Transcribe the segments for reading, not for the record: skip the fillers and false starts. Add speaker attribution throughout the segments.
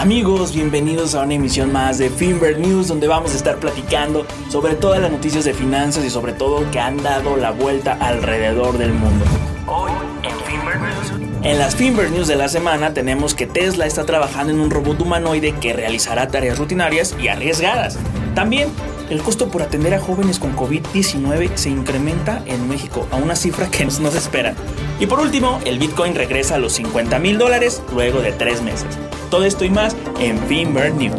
Speaker 1: Amigos, bienvenidos a una emisión más de Finver News, donde vamos a estar platicando sobre todas las noticias de finanzas y sobre todo que han dado la vuelta alrededor del mundo. Hoy en Finver News. En las Finver News de la semana tenemos que Tesla está trabajando en un robot humanoide que realizará tareas rutinarias y arriesgadas. También el costo por atender a jóvenes con COVID-19 se incrementa en México a una cifra que no se espera. Y por último, el Bitcoin regresa a los $50,000 luego de 3 meses. Todo esto y más en Finver News.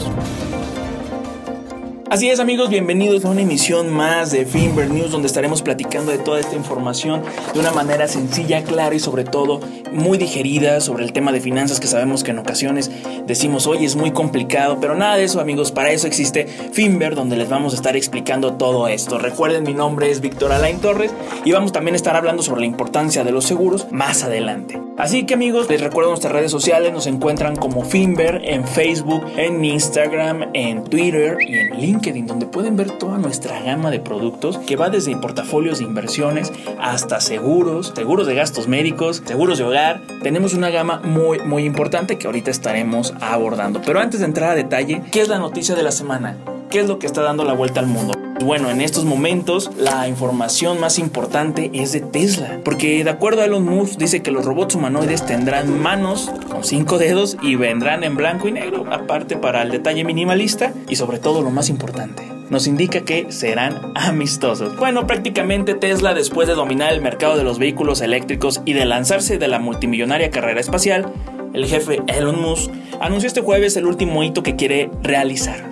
Speaker 1: Así es, amigos, bienvenidos a una emisión más de Finver News, donde estaremos platicando de toda esta información de una manera sencilla, clara y sobre todo muy digerida sobre el tema de finanzas, que sabemos que en ocasiones decimos, oye, es muy complicado, pero nada de eso, amigos. Para eso existe Finver, donde les vamos a estar explicando todo esto. Recuerden, mi nombre es Víctor Alain Torres y vamos también a estar hablando sobre la importancia de los seguros más adelante. Así que, amigos, les recuerdo nuestras redes sociales, nos encuentran como Finver en Facebook, en Instagram, en Twitter y en LinkedIn, donde pueden ver toda nuestra gama de productos que va desde portafolios de inversiones hasta seguros de gastos médicos, seguros de hogar. Tenemos una gama muy importante que ahorita estaremos abordando. Pero antes de entrar a detalle, ¿qué es la noticia de la semana? ¿Qué es lo que está dando la vuelta al mundo? Bueno, en estos momentos la información más importante es de Tesla, porque de acuerdo a Elon Musk dice que los robots humanoides tendrán manos con 5 dedos y vendrán en blanco y negro, aparte para el detalle minimalista y sobre todo lo más importante, nos indica que serán amistosos. Bueno, prácticamente Tesla, después de dominar el mercado de los vehículos eléctricos y de lanzarse de la multimillonaria carrera espacial, el jefe Elon Musk anunció este jueves el último hito que quiere realizar.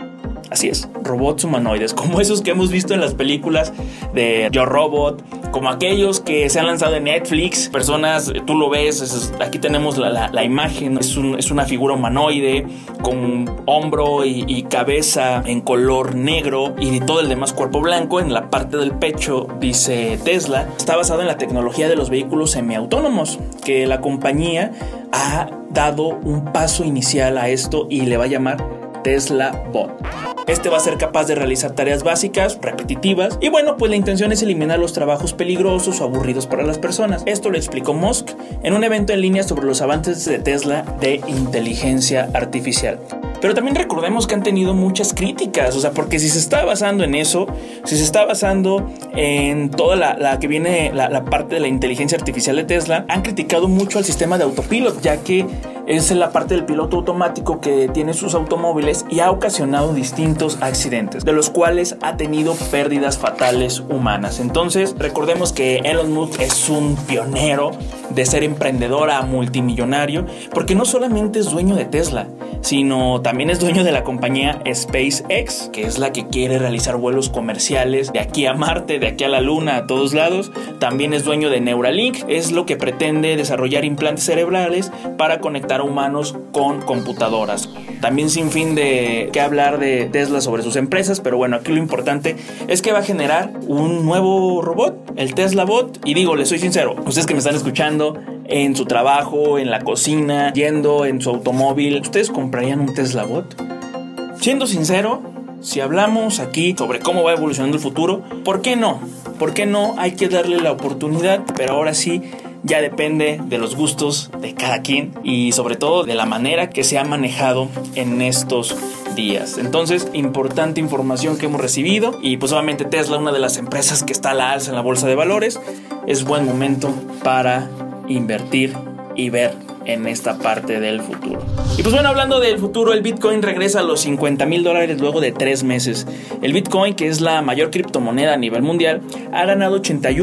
Speaker 1: Así es, robots humanoides, como esos que hemos visto en las películas de Yo Robot, como aquellos que se han lanzado en Netflix. Personas, tú lo ves, aquí tenemos la imagen, es una figura humanoide con hombro y cabeza en color negro y todo el demás cuerpo blanco. En la parte del pecho dice Tesla. Está basado en la tecnología de los vehículos semiautónomos, que la compañía ha dado un paso inicial a esto y le va a llamar Tesla Bot. Este va a ser capaz de realizar tareas básicas, repetitivas, y bueno, pues la intención es eliminar los trabajos peligrosos o aburridos para las personas. Esto lo explicó Musk en un evento en línea sobre los avances de Tesla de inteligencia artificial. Pero también recordemos que han tenido muchas críticas, porque si se está basando en eso, si se está basando en toda la que viene la parte de la inteligencia artificial de Tesla, han criticado mucho al sistema de autopilot, ya que es la parte del piloto automático que tiene sus automóviles y ha ocasionado distintos accidentes, de los cuales ha tenido pérdidas fatales humanas. Entonces, recordemos que Elon Musk es un pionero de ser emprendedor a multimillonario, porque no solamente es dueño de Tesla, sino también es dueño de la compañía SpaceX, que es la que quiere realizar vuelos comerciales de aquí a Marte, de aquí a la Luna, a todos lados. También es dueño de Neuralink, es lo que pretende desarrollar implantes cerebrales para conectar a humanos con computadoras. También sin fin de qué hablar de Tesla sobre sus empresas, pero bueno, aquí lo importante es que va a generar un nuevo robot, el Tesla Bot. Y digo, les soy sincero, ustedes que me están escuchando en su trabajo, en la cocina, yendo en su automóvil, ¿ustedes comprarían un Tesla Bot? Siendo sincero, si hablamos aquí sobre cómo va evolucionando el futuro, ¿por qué no? ¿Por qué no? Hay que darle la oportunidad, pero ahora sí, ya depende de los gustos de cada quien y sobre todo de la manera que se ha manejado en estos días. Entonces, importante información que hemos recibido y pues obviamente Tesla, una de las empresas que está a la alza en la bolsa de valores, es buen momento para invertir y ver en esta parte del futuro. Y pues bueno, hablando del futuro, el Bitcoin regresa a los $50,000 luego de 3 meses. El Bitcoin, que es la mayor criptomoneda a nivel mundial, ha ganado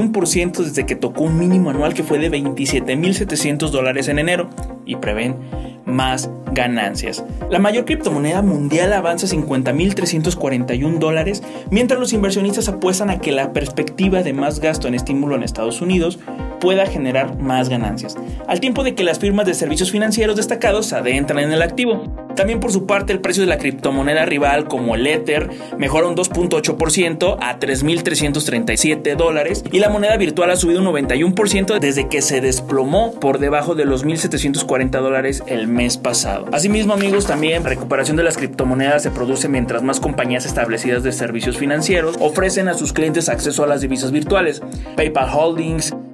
Speaker 1: 81% desde que tocó un mínimo anual que fue de $27,700 en enero y prevén más ganancias. La mayor criptomoneda mundial avanza a $50,341, mientras los inversionistas apuestan a que la perspectiva de más gasto en estímulo en Estados Unidos pueda generar más ganancias, al tiempo de que las firmas de servicios financieros destacados se adentran en el activo. También por su parte el precio de la criptomoneda rival como el Ether mejora un 2.8% a $3,337 y la moneda virtual ha subido un 91% desde que se desplomó por debajo de los $1,740 el mes pasado. Asimismo, amigos, también recuperación de las criptomonedas se produce mientras más compañías establecidas de servicios financieros ofrecen a sus clientes acceso a las divisas virtuales. PayPal Holdings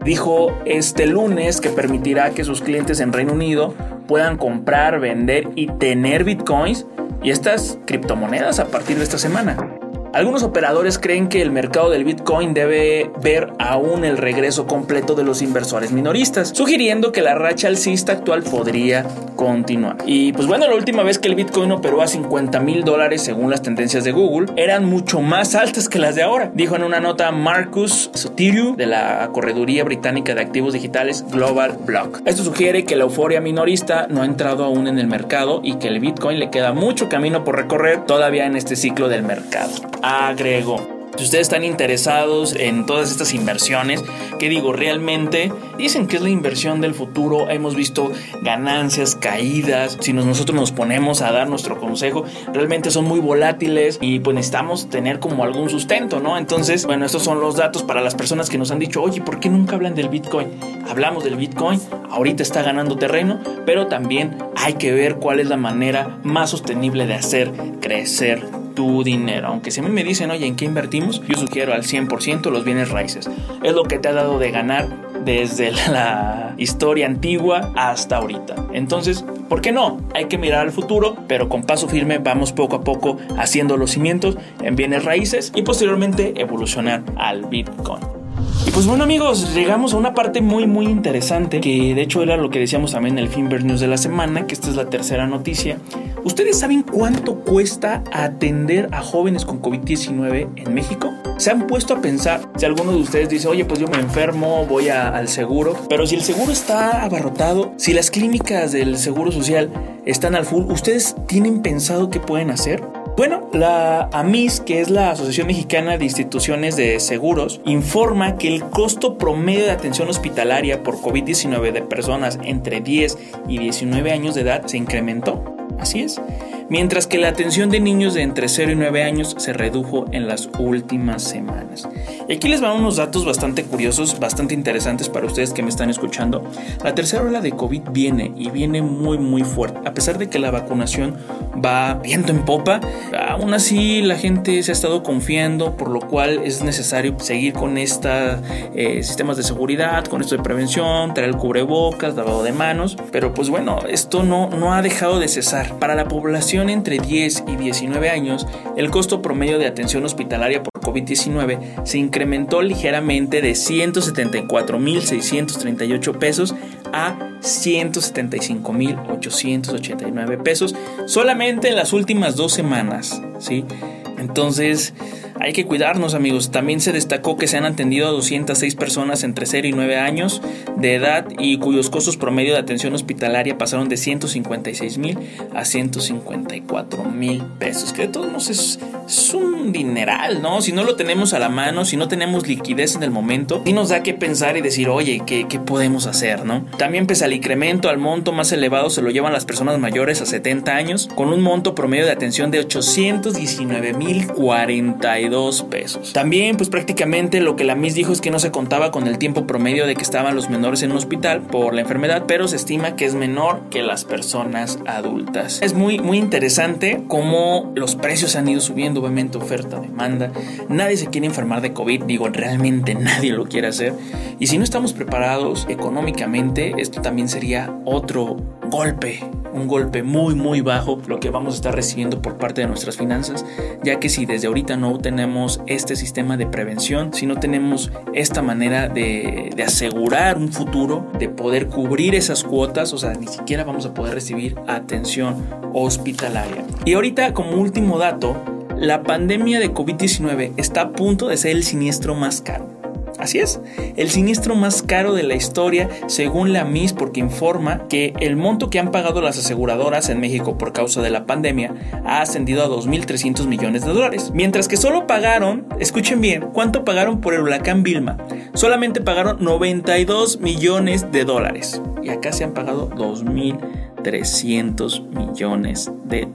Speaker 1: dijo este lunes que permitirá que sus clientes en Reino Unido puedan comprar, vender y tener bitcoins y estas criptomonedas a partir de esta semana. Algunos operadores creen que el mercado del Bitcoin debe ver aún el regreso completo de los inversores minoristas, sugiriendo que la racha alcista actual podría continuar. Y pues bueno, la última vez que el Bitcoin operó a $50,000 según las tendencias de Google, eran mucho más altas que las de ahora, dijo en una nota Marcus Soteriou de la correduría británica de activos digitales Global Block. Esto sugiere que la euforia minorista no ha entrado aún en el mercado y que el Bitcoin le queda mucho camino por recorrer todavía en este ciclo del mercado. Agregó. Si ustedes están interesados en todas estas inversiones, que digo, realmente dicen que es la inversión del futuro, hemos visto ganancias, caídas, si nosotros nos ponemos a dar nuestro consejo, realmente son muy volátiles y pues necesitamos tener como algún sustento, ¿no? Entonces, bueno, estos son los datos para las personas que nos han dicho, oye, ¿por qué nunca hablan del Bitcoin? Hablamos del Bitcoin, ahorita está ganando terreno, pero también hay que ver cuál es la manera más sostenible de hacer crecer tu dinero. Aunque si a mí me dicen, oye, ¿en qué invertimos? Yo sugiero al 100% los bienes raíces. Es lo que te ha dado de ganar desde la historia antigua hasta ahorita. Entonces, ¿por qué no? Hay que mirar al futuro, pero con paso firme vamos poco a poco haciendo los cimientos en bienes raíces y posteriormente evolucionar al Bitcoin. Y pues bueno, amigos, llegamos a una parte muy interesante, que de hecho era lo que decíamos también en el Finver News de la semana, que esta es la tercera noticia. ¿Ustedes saben cuánto cuesta atender a jóvenes con COVID-19 en México? ¿Se han puesto a pensar? Si alguno de ustedes dice, oye, pues yo me enfermo, voy al seguro, pero si el seguro está abarrotado, si las clínicas del Seguro Social están al full, ¿ustedes tienen pensado qué pueden hacer? Bueno, la AMIS, que es la Asociación Mexicana de Instituciones de Seguros, informa que el costo promedio de atención hospitalaria por COVID-19 de personas entre 10 y 19 años de edad se incrementó. Así es. Mientras que la atención de niños de entre 0 y 9 años se redujo en las últimas semanas. Y aquí les van unos datos bastante curiosos, bastante interesantes para ustedes que me están escuchando. La tercera ola de COVID viene muy fuerte. A pesar de que la vacunación va viento en popa, aún así la gente se ha estado confiando, por lo cual es necesario seguir con estos sistemas de seguridad, con esto de prevención, traer el cubrebocas, lavado de manos. Pero pues bueno, esto no ha dejado de cesar. Para la población entre 10 y 19 años, el costo promedio de atención hospitalaria por COVID-19 se incrementó ligeramente de 174,638 pesos a 175,889 pesos solamente en las últimas 2 semanas, ¿sí? Entonces hay que cuidarnos, amigos. También se destacó que se han atendido a 206 personas entre 0 y 9 años de edad y cuyos costos promedio de atención hospitalaria pasaron de 156,000 a 154,000 pesos, que de todos modos es un dineral, ¿no? Si no lo tenemos a la mano, si no tenemos liquidez en el momento, sí nos da que pensar y decir, oye, ¿qué podemos hacer, no? También pese al incremento, al monto más elevado se lo llevan las personas mayores a 70 años, con un monto promedio de atención de 819,042 pesos. También, pues prácticamente lo que la MIS dijo es que no se contaba con el tiempo promedio de que estaban los menores en un hospital por la enfermedad, pero se estima que es menor que las personas adultas. Es muy interesante cómo los precios han ido subiendo, obviamente oferta, demanda. Nadie se quiere enfermar de COVID, digo, realmente nadie lo quiere hacer. Y si no estamos preparados económicamente, esto también sería otro golpe, un golpe muy bajo lo que vamos a estar recibiendo por parte de nuestras finanzas, ya que si desde ahorita no tenemos este sistema de prevención, si no tenemos esta manera de asegurar un futuro, de poder cubrir esas cuotas, o sea, ni siquiera vamos a poder recibir atención hospitalaria. Y ahorita, como último dato, la pandemia de COVID-19 está a punto de ser el siniestro más caro. Así es, el siniestro más caro de la historia según la MIS, porque informa que el monto que han pagado las aseguradoras en México por causa de la pandemia ha ascendido a 2,300 millones de dólares. Mientras que solo pagaron, escuchen bien, ¿cuánto pagaron por el huracán Vilma? Solamente pagaron 92 millones de dólares. Y acá se han pagado 2,300 $300 millones.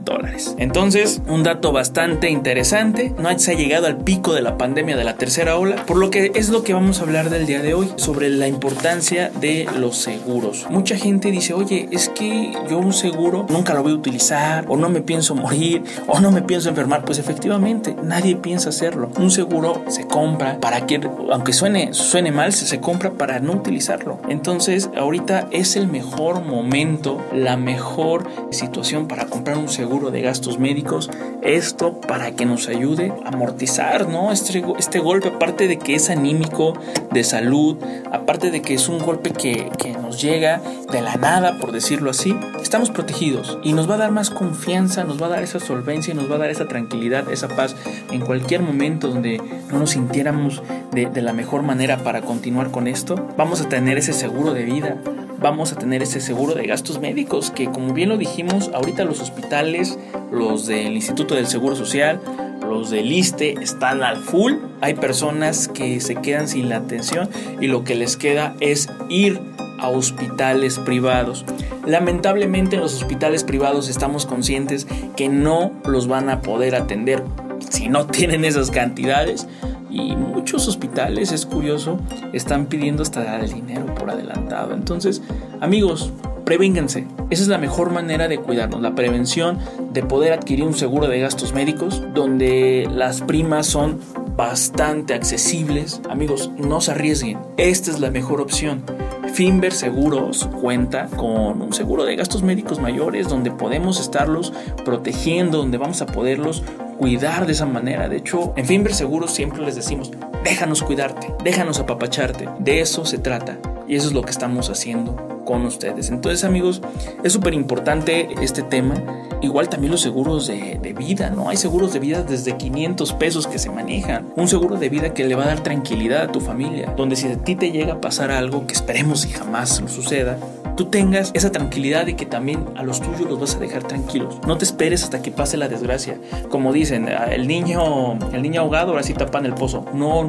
Speaker 1: Entonces, un dato bastante interesante. No se ha llegado al pico de la pandemia de la tercera ola, por lo que es lo que vamos a hablar del día de hoy, sobre la importancia de los seguros. Mucha gente dice, oye, es que yo un seguro nunca lo voy a utilizar, o no me pienso morir, o no me pienso enfermar. Pues efectivamente, nadie piensa hacerlo. Un seguro se compra para que, aunque suene mal, se compra para no utilizarlo. Entonces, ahorita es el mejor momento, la mejor situación para comprar un seguro de gastos médicos. Esto para que nos ayude a amortizar, ¿no? Este golpe, aparte de que es anímico, de salud, aparte de que es un golpe que nos llega de la nada, por decirlo así, estamos protegidos y nos va a dar más confianza, nos va a dar esa solvencia y nos va a dar esa tranquilidad, esa paz en cualquier momento donde no nos sintiéramos de la mejor manera para continuar con esto. Vamos a tener ese seguro de vida, vamos a tener ese seguro de gastos médicos que, como bien lo dijimos, ahorita los hospitales, los del Instituto del Seguro Social, los del ISSSTE están al full. Hay personas que se quedan sin la atención y lo que les queda es ir a hospitales privados. Lamentablemente en los hospitales privados estamos conscientes que no los van a poder atender si no tienen esas cantidades. Y muchos hospitales, es curioso, están pidiendo hasta el dinero por adelantado. Entonces, amigos, prevénganse. Esa es la mejor manera de cuidarnos, la prevención, de poder adquirir un seguro de gastos médicos donde las primas son bastante accesibles. Amigos, no se arriesguen. Esta es la mejor opción. Finver Seguros cuenta con un seguro de gastos médicos mayores donde podemos estarlos protegiendo, donde vamos a poderlos cuidar de esa manera. De hecho, en Finver Seguros siempre les decimos, déjanos cuidarte, déjanos apapacharte. De eso se trata y eso es lo que estamos haciendo con ustedes. Entonces, amigos, es súper importante este tema. Igual también los seguros de vida, ¿no? Hay seguros de vida desde 500 pesos que se manejan. Un seguro de vida que le va a dar tranquilidad a tu familia, donde si a ti te llega a pasar algo, que esperemos y jamás lo suceda, tú tengas esa tranquilidad de que también a los tuyos los vas a dejar tranquilos. No te esperes hasta que pase la desgracia. Como dicen, el niño ahogado, ahora sí tapan el pozo.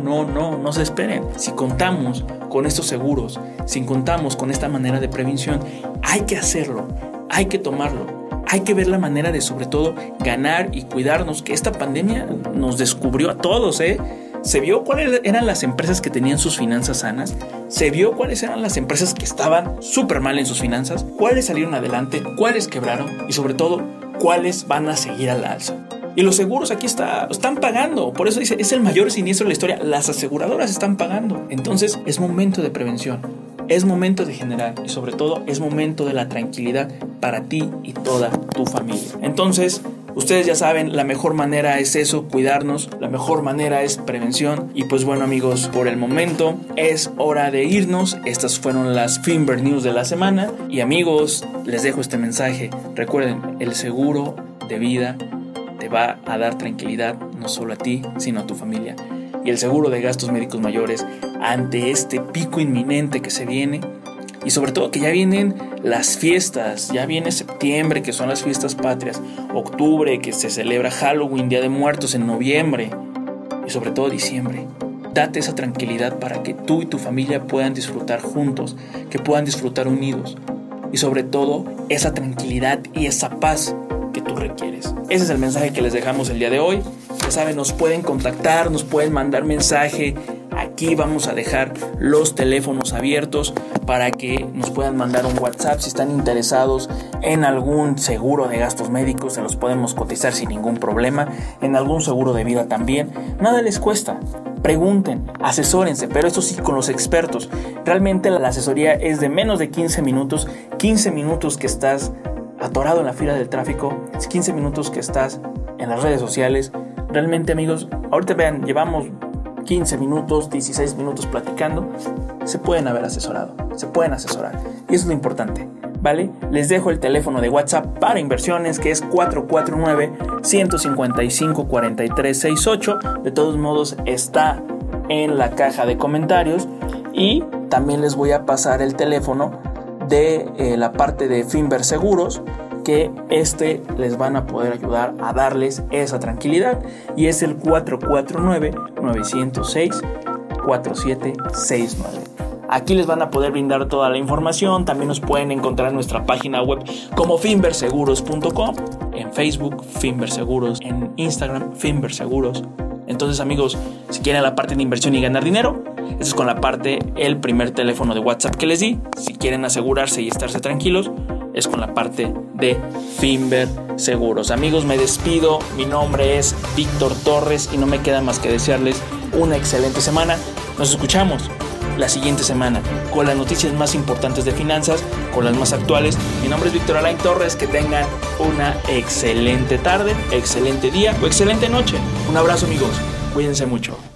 Speaker 1: No se esperen. Si contamos con estos seguros, si contamos con esta manera de prevención, hay que hacerlo, hay que tomarlo. Hay que ver la manera de, sobre todo, ganar y cuidarnos, que esta pandemia nos descubrió a todos, Se vio cuáles eran las empresas que tenían sus finanzas sanas, se vio cuáles eran las empresas que estaban súper mal en sus finanzas, cuáles salieron adelante, cuáles quebraron y, sobre todo, cuáles van a seguir al alza. Y los seguros aquí están pagando. Por eso dice, es el mayor siniestro de la historia. Las aseguradoras están pagando. Entonces, es momento de prevención. Es momento de generar y sobre todo es momento de la tranquilidad para ti y toda tu familia. Entonces, ustedes ya saben, la mejor manera es eso, cuidarnos, la mejor manera es prevención. Y pues bueno, amigos, por el momento es hora de irnos. Estas fueron las Finver News de la semana. Y amigos, les dejo este mensaje. Recuerden, el seguro de vida te va a dar tranquilidad no solo a ti, sino a tu familia. Y el seguro de gastos médicos mayores ante este pico inminente que se viene y sobre todo que ya vienen las fiestas, ya viene septiembre, que son las fiestas patrias, octubre, que se celebra Halloween, Día de Muertos en noviembre y sobre todo diciembre. Date esa tranquilidad para que tú y tu familia puedan disfrutar juntos, que puedan disfrutar unidos y sobre todo esa tranquilidad y esa paz que tú requieres. Ese es el mensaje que les dejamos el día de hoy. Ya saben, nos pueden contactar, nos pueden mandar mensaje. Aquí vamos a dejar los teléfonos abiertos para que nos puedan mandar un WhatsApp si están interesados en algún seguro de gastos médicos. Se los podemos cotizar sin ningún problema. En algún seguro de vida también. Nada les cuesta. Pregunten, asesórense, pero eso sí, con los expertos. Realmente la asesoría es de menos de 15 minutos. 15 minutos que estás atorado en la fila del tráfico, 15 minutos que estás en las redes sociales. Realmente, amigos, ahorita vean, llevamos 15 minutos, 16 minutos platicando. Se pueden haber asesorado, se pueden asesorar y eso es lo importante, ¿vale? Les dejo el teléfono de WhatsApp para inversiones, que es 449-155-4368. De todos modos está en la caja de comentarios y también les voy a pasar el teléfono de la parte de Finver Seguros, que les van a poder ayudar a darles esa tranquilidad, y es el 449-906-4769. Aquí les van a poder brindar toda la información. También nos pueden encontrar en nuestra página web como finverseguros.com, en Facebook, Finver Seguros, en Instagram, Finver Seguros. Entonces, amigos, si quieren la parte de inversión y ganar dinero, esa es con la parte, el primer teléfono de WhatsApp que les di. Si quieren asegurarse y estarse tranquilos, es con la parte de Finver Seguros. Amigos, me despido. Mi nombre es Víctor Torres y no me queda más que desearles una excelente semana. Nos escuchamos la siguiente semana con las noticias más importantes de finanzas, con las más actuales. Mi nombre es Víctor Alain Torres. Que tengan una excelente tarde, excelente día o excelente noche. Un abrazo, amigos. Cuídense mucho.